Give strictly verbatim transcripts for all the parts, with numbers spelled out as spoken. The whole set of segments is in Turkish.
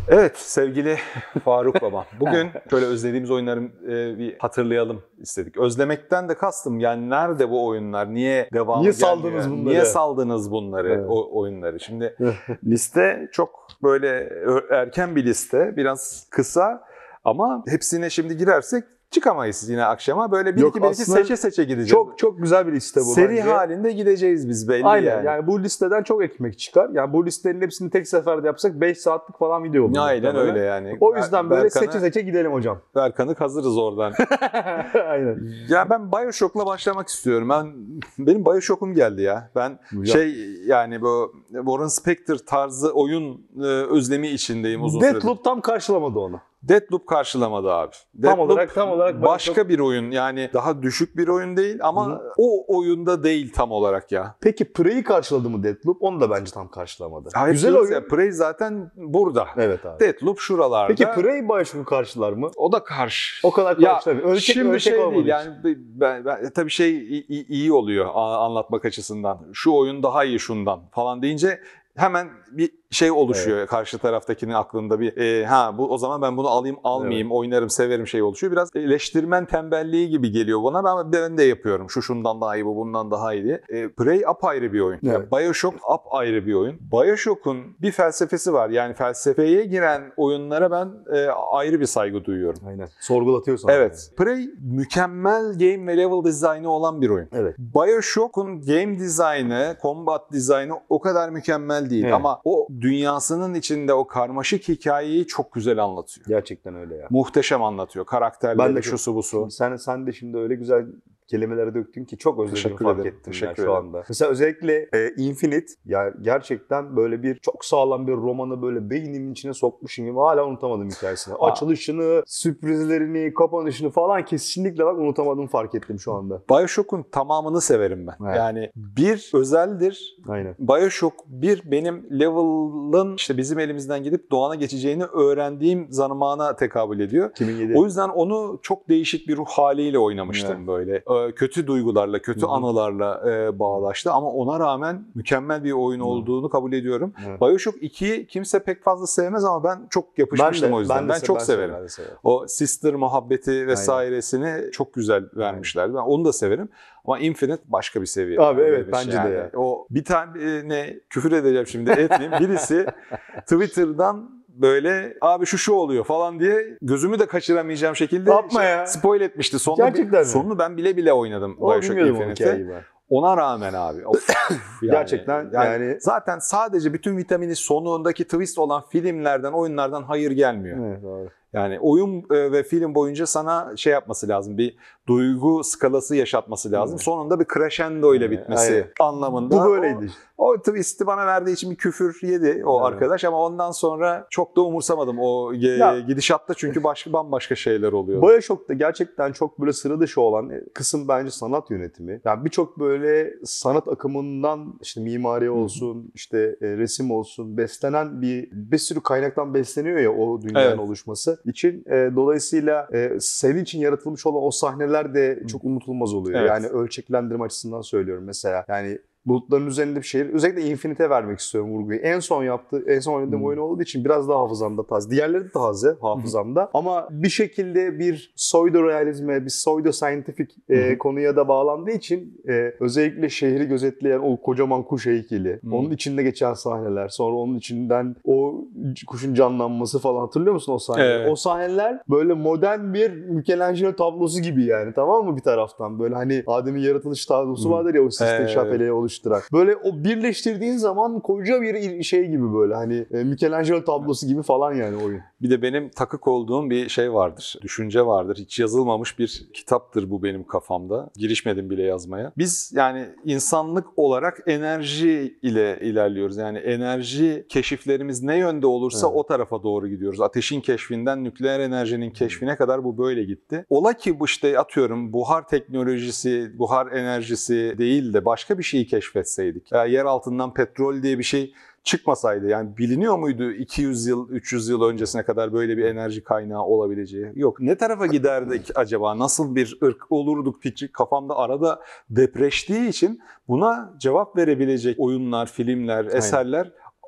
Evet sevgili Faruk Babam. Bugün şöyle özlediğimiz oyunları e, bir hatırlayalım istedik. Özlemekten de kastım yani nerede bu oyunlar? Niye devamı Niye gelmiyor? saldınız bunları? Niye saldınız bunları, Evet. o oyunları? Şimdi liste çok böyle erken bir liste. Biraz kısa ama hepsine şimdi girersek çıkamayız yine akşama. Böyle bir Yok, iki bir iki seçe seçe gideceğiz. Çok çok güzel bir liste bu Seri bence. halinde gideceğiz biz belli Aynen yani. yani bu listeden çok ekmek çıkar. Yani bu listelerin hepsini tek seferde yapsak beş saatlik falan video olur. Aynen öyle yani. O yüzden böyle Berkan'ı, seçe seçe gidelim hocam. Berkan'ı kazırız oradan. Aynen. Ya ben BioShock'la başlamak istiyorum. Ben benim BioShock'um geldi ya. Ben Ya. şey yani bu Warren Spector tarzı oyun e, özlemi içindeyim uzun süredir. Deathloop tam karşılamadı onu. Deathloop karşılamadı abi. Tam Deathloop olarak tam olarak başka BioShock... bir oyun. Yani daha düşük bir oyun değil ama Hı. o oyunda değil tam olarak ya. Peki Prey'i karşıladı mı Deathloop? Onu da bence tam karşılamadı. Ha, güzel oyun. Ya, Prey zaten burada. Evet abi. Deathloop şuralarda. Peki Prey BioShock'u karşılar mı? O da karşı. O kadar karşılamıyor. Ölçek, şimdi ölçek şey değil için. yani ben, ben, tabii şey iyi, iyi oluyor anlatmak açısından. Şu oyun daha iyi şundan falan deyince hemen bir şey oluşuyor evet. Karşı taraftakinin aklında bir e, ha bu o zaman ben bunu alayım almayayım evet. Oynarım severim şey oluşuyor. Biraz eleştirmen tembelliği gibi geliyor bana ama ben de yapıyorum. Şu şundan daha iyi bu bundan daha iyi diye. E, Prey apayrı bir oyun. Evet. Yani BioShock apayrı bir oyun. BioShock'un bir felsefesi var. Yani felsefeye giren oyunlara ben e, ayrı bir saygı duyuyorum. Aynen. Sorgulatıyorsun. Evet. Yani. Prey mükemmel game ve level dizaynı olan bir oyun. Evet. BioShock'un game dizaynı, combat dizaynı o kadar mükemmel değil evet. Ama o dünyasının içinde o karmaşık hikayeyi çok güzel anlatıyor. Gerçekten öyle ya. Muhteşem anlatıyor. Karakterleri, şusu busu. Sen, sen de şimdi öyle güzel kelimelere döktün ki çok özledim fark ederim. ettim Teşekkür ben şu ederim. anda. Mesela özellikle e, Infinite ya gerçekten böyle bir çok sağlam bir romanı böyle beynimin içine sokmuşum gibi hala unutamadım hikayesini. Aa. Açılışını, sürprizlerini, kapanışını falan kesinlikle bak unutamadım fark ettim şu anda. BioShock'un tamamını severim ben. Evet. Yani bir özeldir. Aynen. BioShock bir benim level'ın işte bizim elimizden gidip Doğan'a geçeceğini öğrendiğim zamana tekabül ediyor. iki bin yedi. O yüzden onu çok değişik bir ruh haliyle oynamıştım evet. Böyle. Kötü duygularla, kötü Hı-hı. anılarla e, bağdaştı ama ona rağmen mükemmel bir oyun Hı-hı. olduğunu kabul ediyorum. Evet. BioShock ikiyi kimse pek fazla sevmez ama ben çok yapışmıştım ben de, o yüzden. Ben, ben çok ben severim. Ben severim. O sister muhabbeti vesairesini Aynen. çok güzel vermişlerdi. Ben onu da severim. Ama Infinite başka bir seviye. Abi evet bence yani. de ya. O bir tane ne küfür edeceğim şimdi etmeyeyim. Birisi Twitter'dan böyle abi şu şu oluyor falan diye gözümü de kaçıramayacağım şekilde Yapma ya. spoil etmişti. Sonunu, Gerçekten sonunu ben bile bile oynadım BioShock Infinite'i. Ona rağmen abi. Of, yani, Gerçekten yani, yani. Zaten sadece bütün vitamini sonundaki twist olan filmlerden, oyunlardan hayır gelmiyor. Evet doğru. Yani oyun ve film boyunca sana şey yapması lazım. Bir duygu skalası yaşatması lazım. Evet. Sonunda bir crescendo ile bitmesi evet. anlamında. Bu böyleydi. O, o twist'i bana verdiği için bir küfür yedi o evet. arkadaş ama ondan sonra çok da umursamadım o ya, gidişatta çünkü başka bambaşka şeyler oluyor. BioShock'ta gerçekten çok böyle sıra dışı olan kısım bence sanat yönetimi. Yani birçok böyle sanat akımından işte mimari olsun, Hı. işte e, resim olsun beslenen bir bir sürü kaynaktan besleniyor ya o dünyanın evet. oluşması için. E, dolayısıyla e, senin için yaratılmış olan o sahneler de çok unutulmaz oluyor. Evet. Yani ölçeklendirme açısından söylüyorum mesela. Yani bulutların üzerinde bir şehir. Özellikle Infinite'e vermek istiyorum vurguyu. En son yaptığı, en son oynadığım hmm. oyun olduğu için biraz daha hafızamda taze. Diğerleri de taze hafızamda. Hmm. Ama bir şekilde bir pseudo-realizme, bir pseudo-scientific e, hmm. konuya da bağlandığı için e, özellikle şehri gözetleyen o kocaman kuş heykeli, hmm. onun içinde geçen sahneler, sonra onun içinden o kuşun canlanması falan hatırlıyor musun o sahneleri? Evet. O sahneler böyle modern bir Michelangelo tablosu gibi yani, tamam mı bir taraftan? Böyle hani Adem'in yaratılış tablosu hmm. vardır ya o Sistine Chapel'e oluşturan. Böyle o birleştirdiğin zaman koca bir şey gibi böyle hani Michelangelo tablosu gibi falan yani oyun. Bir de benim takık olduğum bir şey vardır, düşünce vardır. Hiç yazılmamış bir kitaptır bu benim kafamda. Girişmedim bile yazmaya. Biz yani insanlık olarak enerji ile ilerliyoruz. Yani enerji keşiflerimiz ne yönde olursa evet. o tarafa doğru gidiyoruz. Ateşin keşfinden nükleer enerjinin keşfine kadar bu böyle gitti. Ola ki bu işte atıyorum buhar teknolojisi, buhar enerjisi değil de başka bir şeyi keşfetseydik. Yani yer altından petrol diye bir şey çıkmasaydı, yani biliniyor muydu iki yüz yıl, üç yüz yıl öncesine kadar böyle bir enerji kaynağı olabileceği? Yok. Ne tarafa giderdik acaba? Nasıl bir ırk olurduk fikri kafamda arada depreştiği için buna cevap verebilecek oyunlar, filmler, eserler Aynen.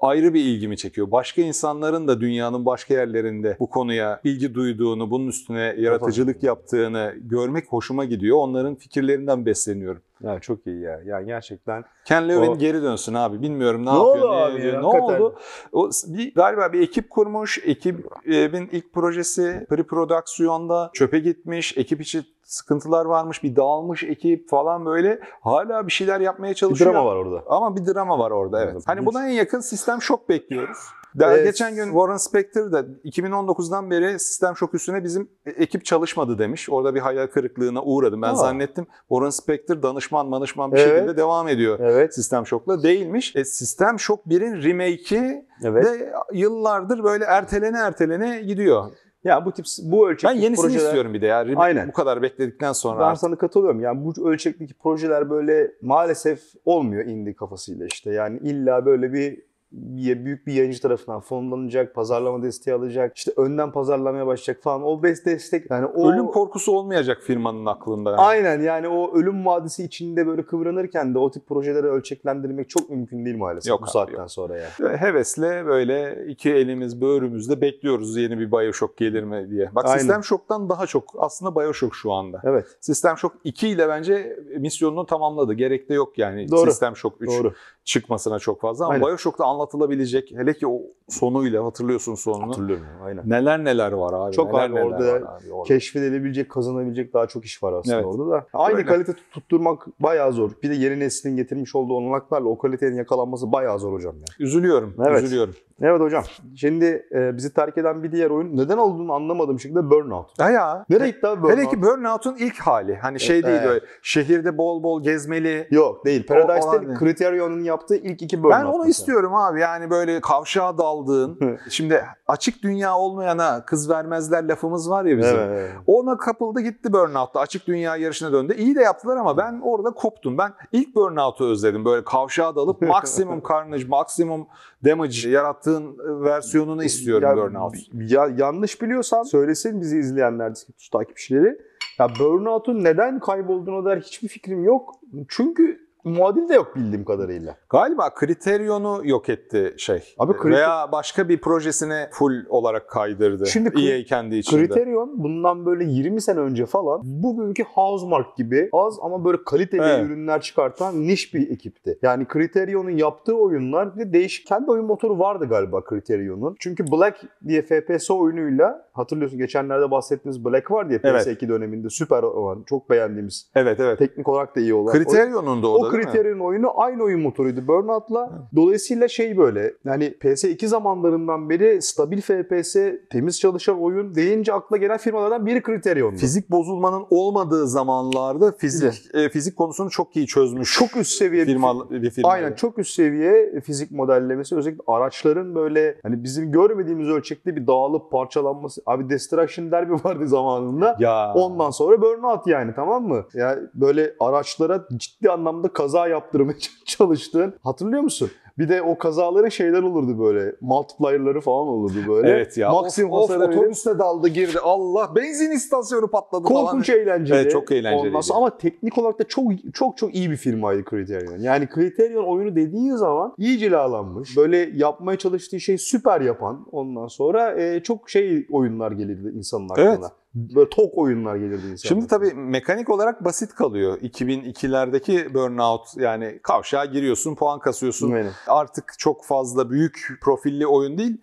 ayrı bir ilgimi çekiyor. Başka insanların da dünyanın başka yerlerinde bu konuya ilgi duyduğunu, bunun üstüne yaratıcılık yaptığını görmek hoşuma gidiyor. Onların fikirlerinden besleniyorum. Ya çok iyi ya. Yani gerçekten. Ken Levin o... geri dönsün abi. Bilmiyorum ne, ne yapıyor. Oldu ne abi ediyor. ya, ne hakikaten. oldu? O bir, galiba bir ekip kurmuş. Ekibin ilk projesi pre-prodüksiyonda çöpe gitmiş. Ekip içi sıkıntılar varmış. Bir dağılmış ekip falan böyle. Hala bir şeyler yapmaya çalışıyor. Bir drama var orada. Ama bir drama var orada, evet. Evet. Hani buna en yakın System Shock bekliyoruz. Daha Evet. geçen gün Warren Spector da iki bin on dokuzdan beri System Shock üstüne bizim ekip çalışmadı demiş. Orada bir hayal kırıklığına uğradım. Ben Aa. zannettim Warren Spector danışman manışman bir evet. şekilde devam ediyor evet. System Shock'la. Değilmiş. E, System Shock birin remake'i evet. de yıllardır böyle ertelene ertelene gidiyor. Ya bu tip bu ölçekli ben yenisini projeler... istiyorum bir de ya. Remake Aynen. Bu kadar bekledikten sonra. Ben sana katılıyorum. Yani bu ölçekteki projeler böyle maalesef olmuyor indie kafasıyla işte. Yani illa böyle bir büyük bir yayıncı tarafından fonlanacak, pazarlama desteği alacak, işte önden pazarlamaya başlayacak falan. O best destek yani o ölüm korkusu olmayacak firmanın aklında. Yani. Aynen yani o ölüm vadisi içinde böyle kıvranırken de o tip projeleri ölçeklendirmek çok mümkün değil maalesef yok bu abi, saatten yok. sonra yani. Hevesle böyle iki elimiz böğrümüzde bekliyoruz yeni bir BioShock gelir mi diye. Bak Aynen. System Shock'tan daha çok aslında BioShock şu anda. Evet. System Shock iki ile bence misyonunu tamamladı. Gerek de yok yani Doğru. System Shock üç Doğru. çıkmasına çok fazla ama Aynen. BioShock'ta anlatılabilecek hele ki o sonuyla hatırlıyorsun sonunu. Hatırlıyorum aynen. Neler neler var abi. Çok neler, abi neler orada, var abi orada keşfedilebilecek, kazanabilecek daha çok iş var aslında evet. orada da. Aynı Öyle. kalite tutturmak bayağı zor. Bir de yeni neslin getirmiş olduğu olanaklarla o kalitenin yakalanması bayağı zor hocam ya. Üzülüyorum. Evet. Üzülüyorum. Evet hocam. Şimdi e, bizi terk eden bir diğer oyun neden olduğunu anlamadığım şekilde Burnout. Ha ya. Nereye gitti abi Burnout? Hele ki Burnout'un ilk hali. Hani şey değil evet. öyle şehirde bol bol gezmeli. Yok değil. Paradise'de Criterion'un yaptığı ilk iki Burnout. Ben onu mesela. istiyorum abi. Yani böyle kavşağa daldığın. Şimdi açık dünya olmayana kız vermezler lafımız var ya bizim. Evet. Ona kapıldı gitti Burnout'ta. Açık dünya yarışına döndü. İyi de yaptılar ama ben orada koptum. Ben ilk Burnout'u özledim. Böyle kavşağa dalıp maksimum carnage, maksimum damage yarattığın versiyonunu istiyorum ya, Burnout. Ya yanlış biliyorsam söylesin bizi izleyenler, Discitus takipçileri. Ya Burnout'un neden kaybolduğuna dair hiçbir fikrim yok. Çünkü muadili de yok bildiğim kadarıyla. Galiba Criterion'u yok etti şey. Abi, Criter- Veya başka bir projesine full olarak kaydırdı. Şimdi E A kendi içinde. Criterion bundan böyle yirmi sene önce falan bugünkü Housemarque gibi az ama böyle kaliteli evet. ürünler çıkartan niş bir ekipti. Yani Criterion'un yaptığı oyunlar bir de değişik kendi oyun motoru vardı galiba Criterion'un. Çünkü Black diye F P S oyunuyla hatırlıyorsun geçenlerde bahsettiğimiz Black var diye P S iki evet. döneminde süper olan çok beğendiğimiz. Evet evet. Teknik olarak da iyi olan. Criterion'un da o, o da Criterion oyunu aynı oyun motoruydu Burnout'la. Evet. Dolayısıyla şey böyle yani P S iki zamanlarından beri stabil F P S, temiz çalışan oyun deyince akla gelen firmalardan biri Criterion'du. Fizik bozulmanın olmadığı zamanlarda fizik e, fizik konusunu çok iyi çözmüş. Çok üst seviye firma, bir firma. Aynen çok üst seviye fizik modellemesi. Özellikle araçların böyle hani bizim görmediğimiz ölçekte bir dağılıp parçalanması. Abi Destruction Derby vardı zamanında. Ya. Ondan sonra Burnout yani tamam mı? Yani böyle araçlara ciddi anlamda kaza yaptırmaya çalıştığın hatırlıyor musun? Bir de o kazaların şeyler olurdu böyle. Multiplier'ları falan olurdu böyle. Evet ya. Maksimum of, of otobüste daldı girdi. Allah benzin istasyonu patladı Korkunç falan. Korkunç eğlenceli. Evet çok eğlenceliydi. Sonra, ama teknik olarak da çok çok çok iyi bir firmaydı Criterion. Yani Criterion oyunu dediği zaman iyi cilalanmış. Böyle yapmaya çalıştığı şey süper yapan. Ondan sonra e, çok şey oyunlar gelirdi insanın aklına. Evet. Böyle tok oyunlar gelirdi insanlar. Şimdi tabii mekanik olarak basit kalıyor. iki bin ikilerdeki Burnout yani kavşağa giriyorsun, puan kasıyorsun. Aynen. Artık çok fazla büyük profilli oyun değil.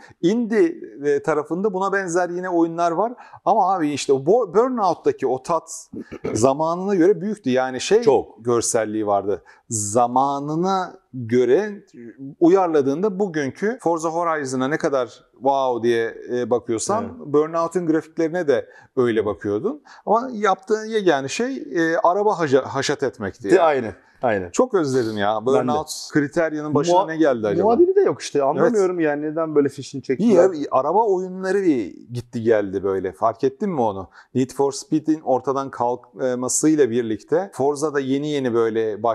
Indie tarafında buna benzer yine oyunlar var. Ama abi işte o Burnout'taki o tat zamanına göre büyüktü. Yani şey çok görselliği vardı. Zamanına göre uyarladığında bugünkü Forza Horizon'a ne kadar wow diye bakıyorsan evet. Burnout'un grafiklerine de öyle bakıyordun. Ama yaptığın yegane şey e, araba haşa, haşat etmekti. Yani. Aynen. Aynen. Çok özledim ya. Burnout Criterion'un başına Mua- ne geldi acaba? Muadili de yok işte. Anlamıyorum evet. yani neden böyle fişini çektiler. İyi ya, araba oyunları bir gitti geldi böyle. Fark ettin mi onu? Need for Speed'in ortadan kalkmasıyla birlikte Forza'da yeni yeni böyle baş veriyordu.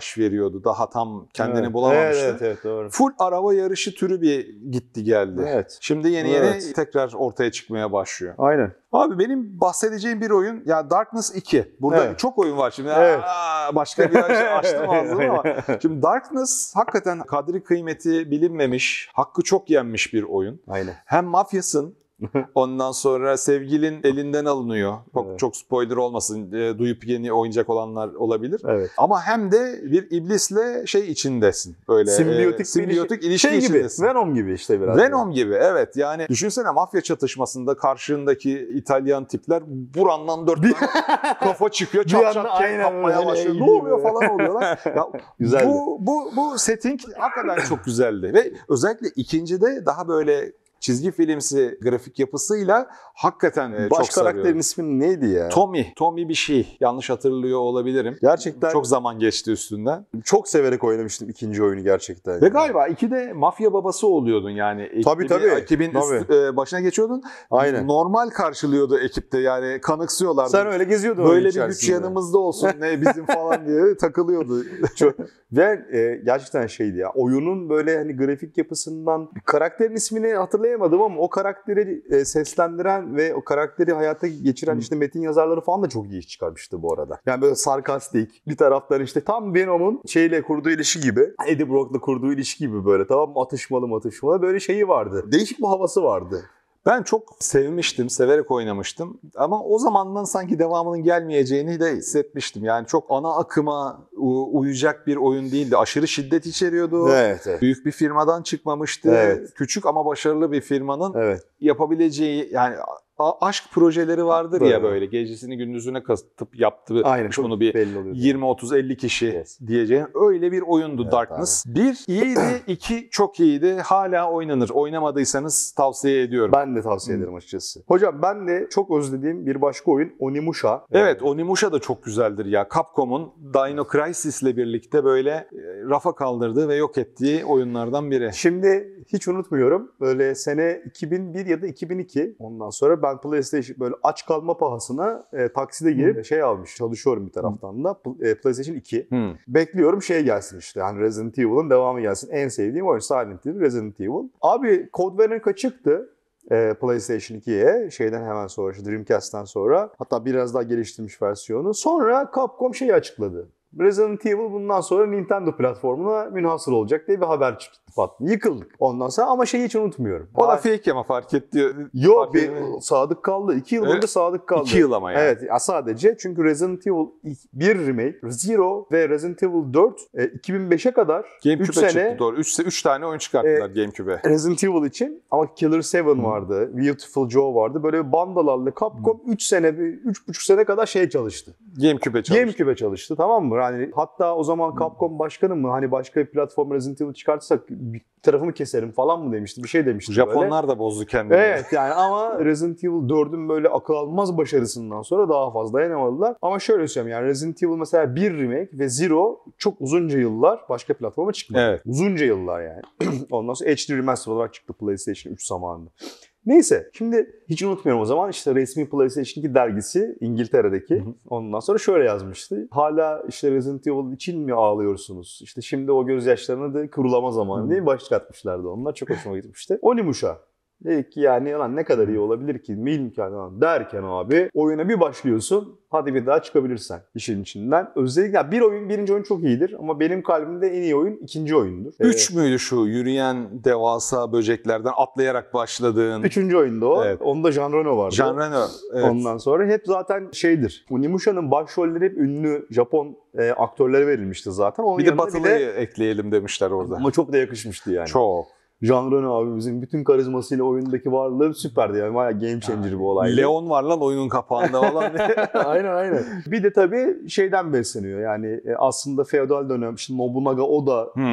geliyordu. Daha tam kendini evet. bulamamıştı. Evet, evet, evet, doğru. Full araba yarışı türü bir gitti geldi. Evet. Şimdi yeni yeni Evet. tekrar ortaya çıkmaya başlıyor. Aynen. Abi benim bahsedeceğim bir oyun ya Darkness iki. Burada Evet. çok oyun var şimdi. Evet. Aa, başka bir şey açtım ağzımı ama. Şimdi Darkness hakikaten kadri kıymeti bilinmemiş, hakkı çok yenmiş bir oyun. Aynen. Hem mafyasın, ondan sonra sevgilin elinden alınıyor. Çok, Evet. çok spoiler olmasın, e, duyup yeni oyuncak olanlar olabilir. Evet. Ama hem de bir iblisle şey içindesin. Böyle simbiyotik, e, simbiyotik bir ilişki şey gibi. içindesin. Venom gibi işte biraz. Venom gibi evet. Yani düşünsene mafya çatışmasında karşındaki İtalyan tipler burandan dört tane kafa çıkıyor. Bir Çat anda çat aynen kapmaya öyle başlıyor. Ne gidiyor. oluyor falan oluyorlar. Ya, Güzeldi. bu, bu, bu setting hakikaten çok güzeldi. Ve özellikle ikincide daha böyle çizgi filmsi grafik yapısıyla hakikaten e, Baş çok sarıyor. karakterin ismi neydi ya? Tommy. Tommy bir şey. Yanlış hatırlıyor olabilirim. Gerçekten Çok zaman geçti üstünden. çok severek oynamıştım ikinci oyunu gerçekten. Ve galiba ikide mafya babası oluyordun yani. Tabii, Ekibi- tabii. Ekibin üst- Tabii. e, başına geçiyordun. Aynen. Normal karşılıyordu ekipte yani kanıksıyorlardı. Sen öyle geziyordun Böyle oyun bir güç içerisinde. yanımızda olsun ne bizim falan diye takılıyordu. Çok, ve e, gerçekten şeydi ya, oyunun böyle hani grafik yapısından karakterin ismini hatırlayamadım ama o karakteri e, seslendiren ve o karakteri hayata geçiren işte metin yazarları falan da çok iyi iş çıkarmıştı bu arada. Yani böyle sarkastik, bir taraftan işte tam Venom'un şeyle kurduğu ilişki gibi, Eddie Brock'la kurduğu ilişki gibi böyle tamam mı? Atışmalı atışmalı böyle şeyi vardı. Değişik bir havası vardı. Ben çok sevmiştim, severek oynamıştım. Ama o zamandan sanki devamının gelmeyeceğini de hissetmiştim. Yani çok ana akıma u- uyacak bir oyun değildi. Aşırı şiddet içeriyordu. Evet, evet. Büyük bir firmadan çıkmamıştı. Evet. Küçük ama başarılı bir firmanın Evet. yapabileceği yani a- aşk projeleri vardır Böyle. ya böyle gecesini gündüzüne katıp yaptığı Aynen. Çok bunu bir belli oluyor. yirmi otuz elli kişi Yes. diyeceğin öyle bir oyundu Evet, Darkness. Bir iyiydi, iki çok iyiydi. Hala oynanır. Oynamadıysanız tavsiye ediyorum. Ben de tavsiye ederim açıkçası. Hocam ben de çok özlediğim bir başka oyun Onimusha. Evet, Onimusha da çok güzeldir ya. Capcom'un Dino Crisis ile birlikte böyle e, rafa kaldırdığı ve yok ettiği oyunlardan biri. Şimdi hiç unutmuyorum. Böyle sene iki bin bir ya da iki bin iki. Ondan sonra ben PlayStation böyle aç kalma pahasına e, takside girip şey almış. Çalışıyorum bir taraftan da. P- e, PlayStation iki. Hmm. Bekliyorum şey gelsin işte. Yani Resident Evil'ın devamı gelsin. En sevdiğim oyun Silent Hill, Resident Evil. Abi Code Veronica çıktı. e, PlayStation ikiye şeyden hemen sonra işte Dreamcast'ten sonra hatta biraz daha geliştirilmiş versiyonu. Sonra Capcom şeyi açıkladı. Resident Evil bundan sonra Nintendo platformuna münhasır olacak diye bir haber çıktı. Yıkıldık ondan sonra ama şeyi hiç unutmuyorum. O da Aa, fake ama fark etti. Yok fark bir edemedi. sadık kaldı. İki yıl Evet. boyunca sadık kaldı. İki yıl ama yani. Evet ya sadece çünkü Resident Evil bir remake, Zero ve Resident Evil dört e, iki bin beşe kadar üç GameCube'e sene çıktı doğru. üç tane oyun çıkarttılar E, GameCube'e. Resident Evil için ama Killer yedi vardı, Beautiful Joe vardı. Böyle bandalarla Capcom üç sene, üç buçuk sene kadar şey çalıştı. GameCube'e çalıştı. GameCube'e çalıştı tamam mı? Yani hatta o zaman Capcom başkanı mı hani başka bir platform Resident Evil çıkartırsak bir tarafımı keserim falan mı demişti. Bir şey demişti Japonlar böyle. da bozdu kendini. Evet yani ama Resident Evil dördün böyle akıl almaz başarısından sonra daha fazla dayanamadılar. Ama şöyle söyleyeyim yani Resident Evil mesela bir remake ve Zero çok uzunca yıllar başka platforma çıkmadı. Evet. Uzunca yıllar yani. Ondan sonra H D Remaster olarak çıktı PlayStation üç zamanında. Neyse şimdi hiç unutmuyorum o zaman işte resmi PlayStation iki dergisi İngiltere'deki Hı hı. ondan sonra şöyle yazmıştı. Hala işte Resident Evil için mi ağlıyorsunuz? İşte şimdi o gözyaşlarını da kurulama zamanı Hı. diye başlık atmışlardı. Onlar çok hoşuma gitmişti. Onimusha. Dedik ki yani lan ne kadar iyi olabilir ki mil imkanı derken abi oyuna bir başlıyorsun hadi bir daha çıkabilirsen işin içinden. Özellikle yani bir oyun birinci oyun çok iyidir ama benim kalbimde en iyi oyun ikinci oyundur. Üç Ee, müydü şu yürüyen devasa böceklerden atlayarak başladığın? Üçüncü oyunda o. Evet. Onda Jean Reno vardı. Jean Reno. Evet. Ondan sonra hep zaten şeydir. Onimusha'nın başrolleri hep ünlü Japon e, aktörlere verilmişti zaten. Onun Bir de yanında Batılı'yı ekleyelim demişler orada. ama çok da yakışmıştı yani. Çok. Jean Reno abimizin bütün karizmasıyla oyundaki varlığı süperdi yani. Bayağı game changer bu olay. Leon var lan oyunun kapağında falan. Aynen aynen. Bir de tabii şeyden besleniyor yani e, aslında feodal dönem işte Nobunaga Oda hmm.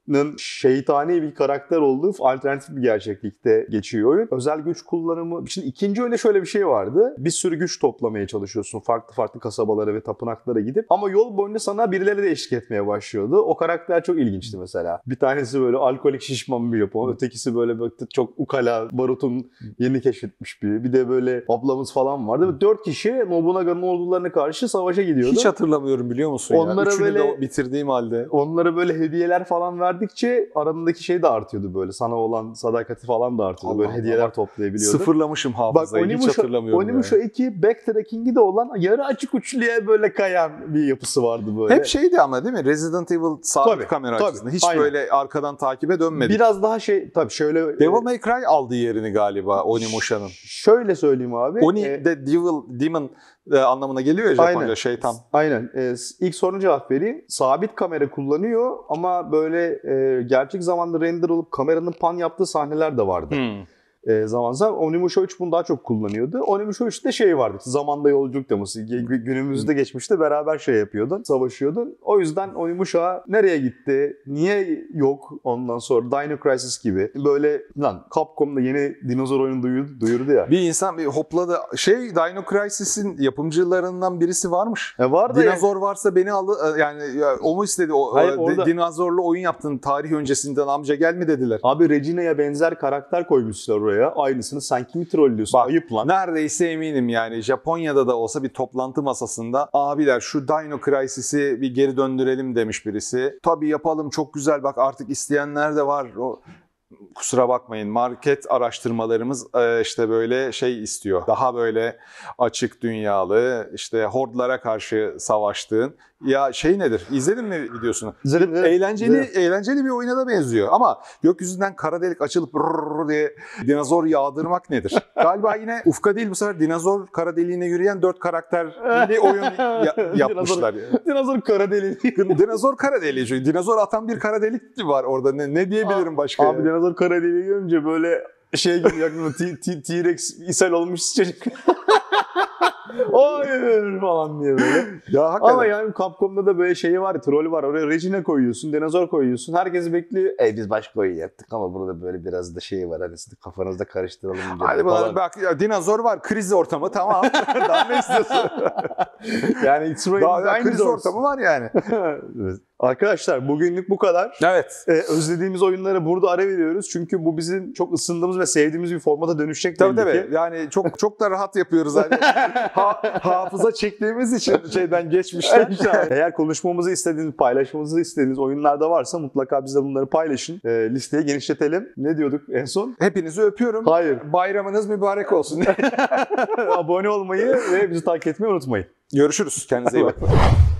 Onimusha'nın şeytani bir karakter olduğu alternatif bir gerçeklikte geçiyor oyun. Özel güç kullanımı. Şimdi ikinci oyunda şöyle bir şey vardı. Bir sürü güç toplamaya çalışıyorsun. Farklı farklı kasabalara ve tapınaklara gidip. Ama yol boyunca sana birileri de eşlik etmeye başlıyordu. O karakter çok ilginçti mesela. Bir tanesi böyle alkolik şişman bir Japon. Ötekisi böyle, böyle çok ukala, barutun yeni keşfetmiş biri. Bir de böyle ablamız falan vardı. Ve dört kişi Nobunaga'nın ordularına karşı savaşa gidiyordu. Hiç hatırlamıyorum biliyor musun onlara ya? Üçünü böyle, de bitirdiğim halde. Onlara böyle hediyeler falan verdikçe aranındaki şey de artıyordu böyle. Sana olan sadakati falan da artıyordu. Allah böyle Allah, hediyeler bak, toplayabiliyordun. Sıfırlamışım hafızayı. Bak, hiç hatırlamıyorum. Onimusha yani. iki backtracking'i de olan yarı açık uçluya böyle kayan bir yapısı vardı böyle. Hep şeydi ama değil mi? Resident Evil sabit Tabii, kamera tabii, açısında. Hiç aynen. böyle arkadan takibe dönmedi. Biraz daha şey tabii şöyle. Devil May Cry aldı yerini galiba Onimusha'nın. Şöyle söyleyeyim abi. Oni e, de Devil, Demon e, anlamına geliyor ya Japonca, aynen, şeytan. Aynen. E, ilk soruna cevap vereyim. Sabit kamera kullanıyor ama böyle e, gerçek zamanda render olup kameranın pan yaptığı sahneler de vardı. Hmm. E, zaman zaman Onimusha üç bunu daha çok kullanıyordu. Onimusha üçte şey vardı. Zamanda yolculuk teması. G- günümüzde geçmişte beraber şey yapıyordun. Savaşıyordun. O yüzden Onimusha nereye gitti? Niye yok? Ondan sonra Dino Crisis gibi. Böyle lan Capcom'da yeni dinozor oyunu duyurdu, duyurdu ya. Bir insan bir hopladı. Şey, Dino Crisis'in yapımcılarından birisi varmış. E var da Dinozor varsa beni al, yani ya, o mu istedi? O, Hayır, o, orada... dinozorlu oyun yaptın tarih öncesinden, amca gel mi dediler. Abi Regina'ya benzer karakter koymuşlar oraya. Aynısını, sen kimi trollüyorsun? Bak, ayıp lan. Neredeyse eminim yani Japonya'da da olsa bir toplantı masasında abiler şu Dino Crisis'i bir geri döndürelim demiş birisi. Tabii yapalım, çok güzel, bak artık isteyenler de var. O, kusura bakmayın, market araştırmalarımız işte böyle şey istiyor. Daha böyle açık dünyalı, işte hordlara karşı savaştığın. Ya şey nedir? İzledin mi videosunu? İzledim, izledim. Eğlenceli, İzledim. eğlenceli bir oyuna da benziyor. Ama gökyüzünden kara delik açılıp rrrr diye dinozor yağdırmak nedir? Galiba yine Ufka değil bu sefer, dinozor kara deliğine yürüyen dört karakterli oyun ya- yapmışlar. Dinozor, dinozor kara deliği. Dinozor kara deliği. Çünkü dinozor atan bir kara delik var orada. Ne, ne diyebilirim başka? Abi ya? dinozor kara deliği görünce böyle şey gibi yakında T-Rex ishal olmuş çocuk. Hayır falan diye böyle. Ya hakikaten. Ama yani Capcom'da da böyle şeyi var, troll var. Oraya Regina koyuyorsun, dinozor koyuyorsun. Herkes bekliyor. E biz başka oyun yaptık ama burada böyle biraz da şey var. Hani siz kafanızda karıştıralım. Hadi bana bak ya, dinozor var, kriz ortamı tamam. Daha ne istiyorsun? Yani it's Daha, daha kriz ortamı var yani. Arkadaşlar bugünlük bu kadar. Evet. Ee, özlediğimiz oyunlara burada ara veriyoruz. Çünkü bu bizim çok ısındığımız ve sevdiğimiz bir formata dönüşecek Tabii belli tabii. ki. Yani çok çok da rahat yapıyoruz hani. ha, hafıza çektiğimiz için şeyden geçmişten. Eğer konuşmamızı istediğiniz, paylaşmamızı istediğiniz oyunlar da varsa mutlaka bize bunları paylaşın. Ee, listeyi genişletelim. Ne diyorduk en son? Hepinizi öpüyorum. Hayır. Bayramınız mübarek olsun. Abone olmayı ve bizi takip etmeyi unutmayın. Görüşürüz. Kendinize iyi bakın.